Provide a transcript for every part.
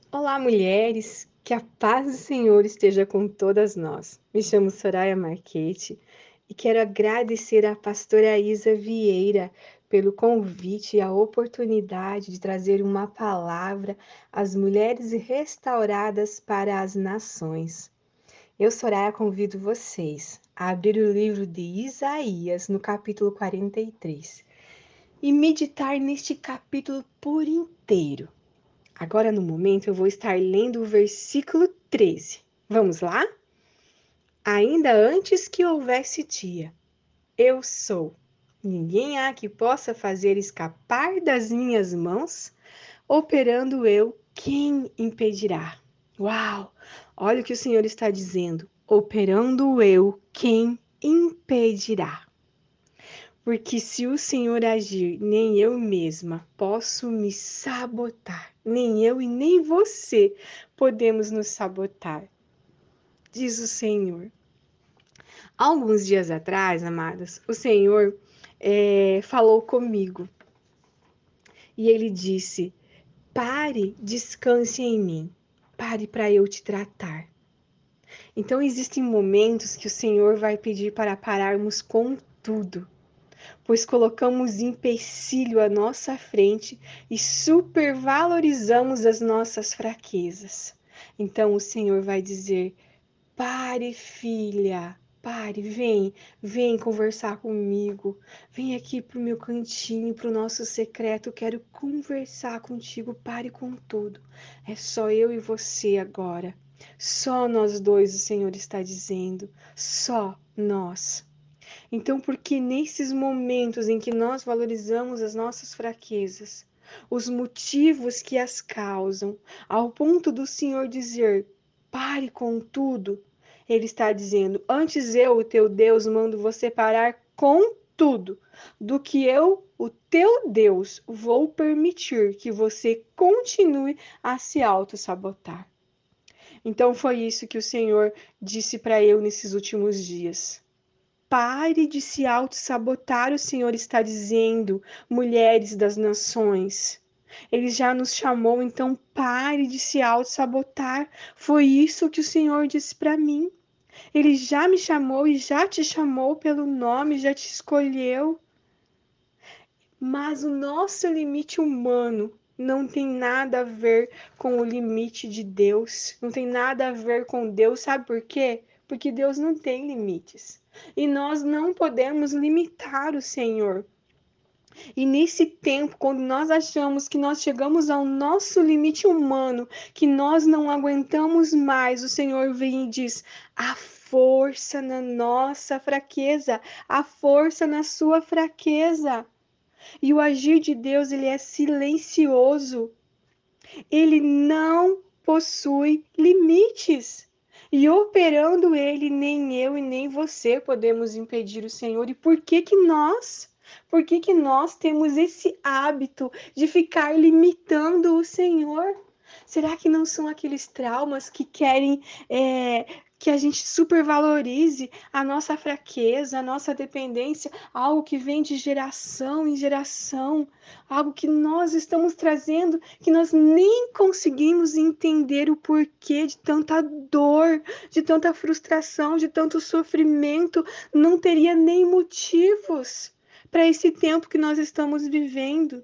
Olá, mulheres! Que a paz do Senhor esteja com todas nós. Me chamo Soraya Marchetti e quero agradecer à pastora Isa Vieira pelo convite e a oportunidade de trazer uma palavra às mulheres restauradas para as nações. Eu, Soraya, convido vocês a abrir o livro de Isaías, no capítulo 43, e meditar neste capítulo por inteiro. Agora, no momento, eu vou estar lendo o versículo 13. Vamos lá? Ainda antes que houvesse dia, eu sou. Ninguém há que possa fazer escapar das minhas mãos. Operando eu, quem impedirá? Uau! Olha o que o Senhor está dizendo. Operando eu, quem impedirá? Porque se o Senhor agir, nem eu mesma posso me sabotar, nem eu e nem você podemos nos sabotar, diz o Senhor. Alguns dias atrás, amadas, o Senhor falou comigo e ele disse: pare, descanse em mim, pare para eu te tratar. Então, existem momentos que o Senhor vai pedir para pararmos com tudo, pois colocamos empecilho à nossa frente e supervalorizamos as nossas fraquezas. Então o Senhor vai dizer: pare, filha, pare, vem conversar comigo. Vem aqui pro meu cantinho, pro nosso secreto. Quero conversar contigo. Pare com tudo. É só eu e você agora. Só nós dois, o Senhor está dizendo. Só nós. Então, porque nesses momentos em que nós valorizamos as nossas fraquezas, os motivos que as causam, ao ponto do Senhor dizer: pare com tudo, Ele está dizendo: antes eu, o teu Deus, mando você parar com tudo, do que eu, o teu Deus, vou permitir que você continue a se auto-sabotar. Então, foi isso que o Senhor disse para eu nesses últimos dias. Pare de se auto-sabotar, o Senhor está dizendo, mulheres das nações. Ele já nos chamou, então pare de se auto-sabotar. Foi isso que o Senhor disse para mim. Ele já me chamou e já te chamou pelo nome, já te escolheu. Mas o nosso limite humano não tem nada a ver com o limite de Deus, não tem nada a ver com Deus, sabe por quê? Porque Deus não tem limites. E nós não podemos limitar o Senhor. E nesse tempo, quando nós achamos que nós chegamos ao nosso limite humano, que nós não aguentamos mais, o Senhor vem e diz: a força na nossa fraqueza, a força na sua fraqueza. E o agir de Deus, ele é silencioso. Ele não possui limites. E operando ele, nem eu e nem você podemos impedir o Senhor. E por que que nós? Por que que nós temos esse hábito de ficar limitando o Senhor? Será que não são aqueles traumas que querem que a gente supervalorize a nossa fraqueza, a nossa dependência, algo que vem de geração em geração, algo que nós estamos trazendo que nós nem conseguimos entender o porquê de tanta dor, de tanta frustração, de tanto sofrimento, não teria nem motivos para esse tempo que nós estamos vivendo.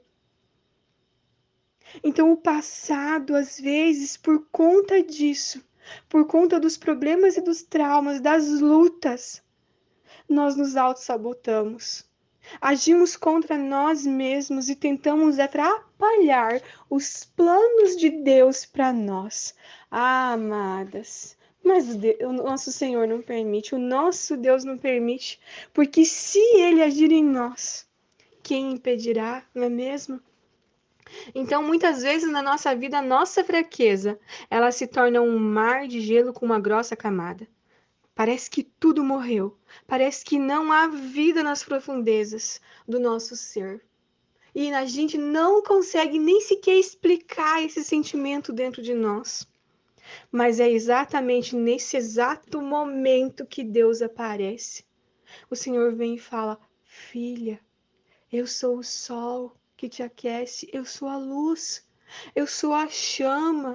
Então, o passado, às vezes, por conta disso, por conta dos problemas e dos traumas, das lutas, nós nos auto-sabotamos. Agimos contra nós mesmos e tentamos atrapalhar os planos de Deus para nós. Ah, amadas, mas o nosso Senhor não permite, o nosso Deus não permite, porque se Ele agir em nós, quem impedirá, não é mesmo? Então, muitas vezes na nossa vida, a nossa fraqueza, ela se torna um mar de gelo com uma grossa camada. Parece que tudo morreu. Parece que não há vida nas profundezas do nosso ser. E a gente não consegue nem sequer explicar esse sentimento dentro de nós. Mas é exatamente nesse exato momento que Deus aparece. O Senhor vem e fala: filha, eu sou o sol que te aquece, eu sou a luz, eu sou a chama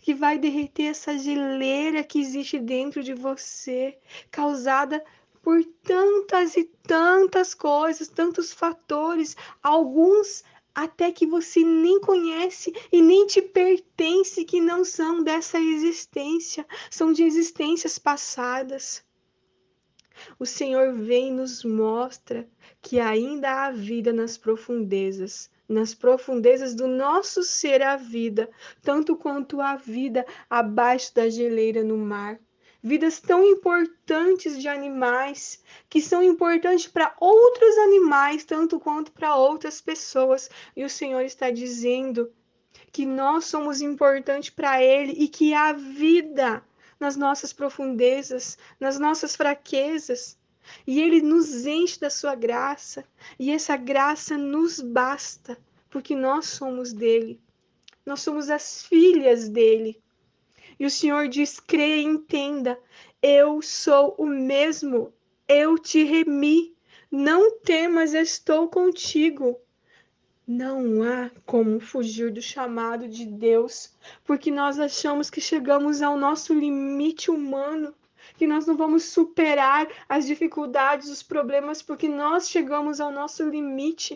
que vai derreter essa geleira que existe dentro de você, causada por tantas e tantas coisas, tantos fatores, alguns até que você nem conhece e nem te pertence, que não são dessa existência, são de existências passadas. O Senhor vem e nos mostra que ainda há vida nas profundezas do nosso ser há vida, tanto quanto há vida abaixo da geleira no mar. Vidas tão importantes de animais, que são importantes para outros animais, tanto quanto para outras pessoas. E o Senhor está dizendo que nós somos importantes para Ele e que há vida nas nossas profundezas, nas nossas fraquezas. E Ele nos enche da sua graça, e essa graça nos basta, porque nós somos dele, nós somos as filhas dele. E o Senhor diz: creia e entenda, eu sou o mesmo, eu te remi, não temas, estou contigo. Não há como fugir do chamado de Deus, porque nós achamos que chegamos ao nosso limite humano, que nós não vamos superar as dificuldades, os problemas, porque nós chegamos ao nosso limite.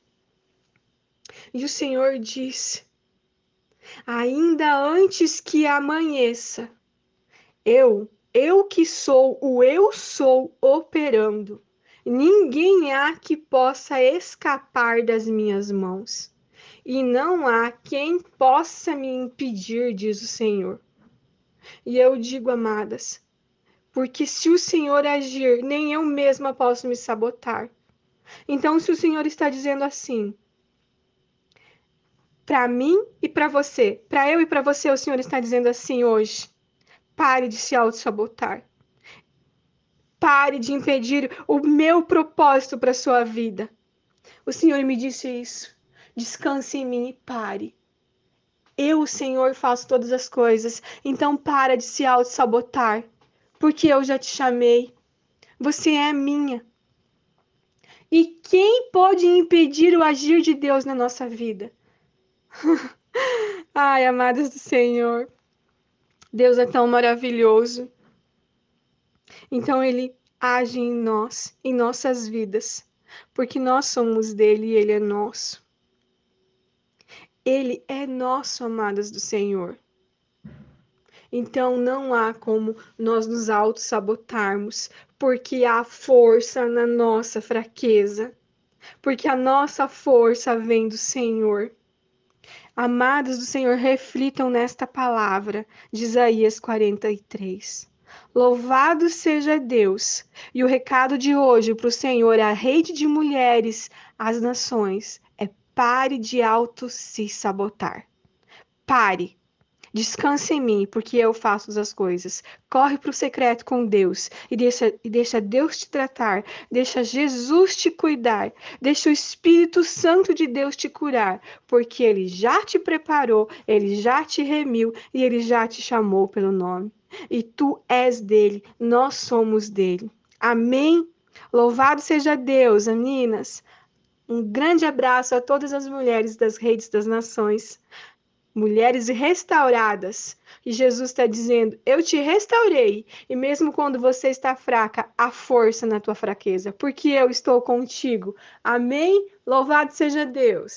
E o Senhor diz: ainda antes que amanheça, eu que sou o eu sou operando, ninguém há que possa escapar das minhas mãos. E não há quem possa me impedir, diz o Senhor. E eu digo, amadas, porque se o Senhor agir, nem eu mesma posso me sabotar. Então, se o Senhor está dizendo assim, para mim e para você, para eu e para você, o Senhor está dizendo assim hoje: pare de se auto-sabotar. Pare de impedir o meu propósito para a sua vida. O Senhor me disse isso. Descanse em mim e pare. Eu, o Senhor, faço todas as coisas. Então para de se auto-sabotar, porque eu já te chamei. Você é minha. E quem pode impedir o agir de Deus na nossa vida? Ai, amadas do Senhor, Deus é tão maravilhoso. Então ele age em nós, em nossas vidas, porque nós somos dele e ele é nosso. Ele é nosso, amadas do Senhor. Então não há como nós nos auto-sabotarmos, porque há força na nossa fraqueza, porque a nossa força vem do Senhor. Amados do Senhor, reflitam nesta palavra de Isaías 43. Louvado seja Deus! E o recado de hoje para o Senhor, a rede de mulheres, as nações, é: pare de auto se sabotar. Pare. Descansa em mim, porque eu faço as coisas. Corre para o secreto com Deus e deixa Deus te tratar. Deixa Jesus te cuidar. Deixa o Espírito Santo de Deus te curar, porque Ele já te preparou, Ele já te remiu e Ele já te chamou pelo nome. E tu és dele, nós somos dele. Amém? Louvado seja Deus, meninas. Um grande abraço a todas as mulheres das redes das nações. Mulheres restauradas. E Jesus está dizendo: eu te restaurei. E mesmo quando você está fraca, há força na tua fraqueza, porque eu estou contigo. Amém? Louvado seja Deus.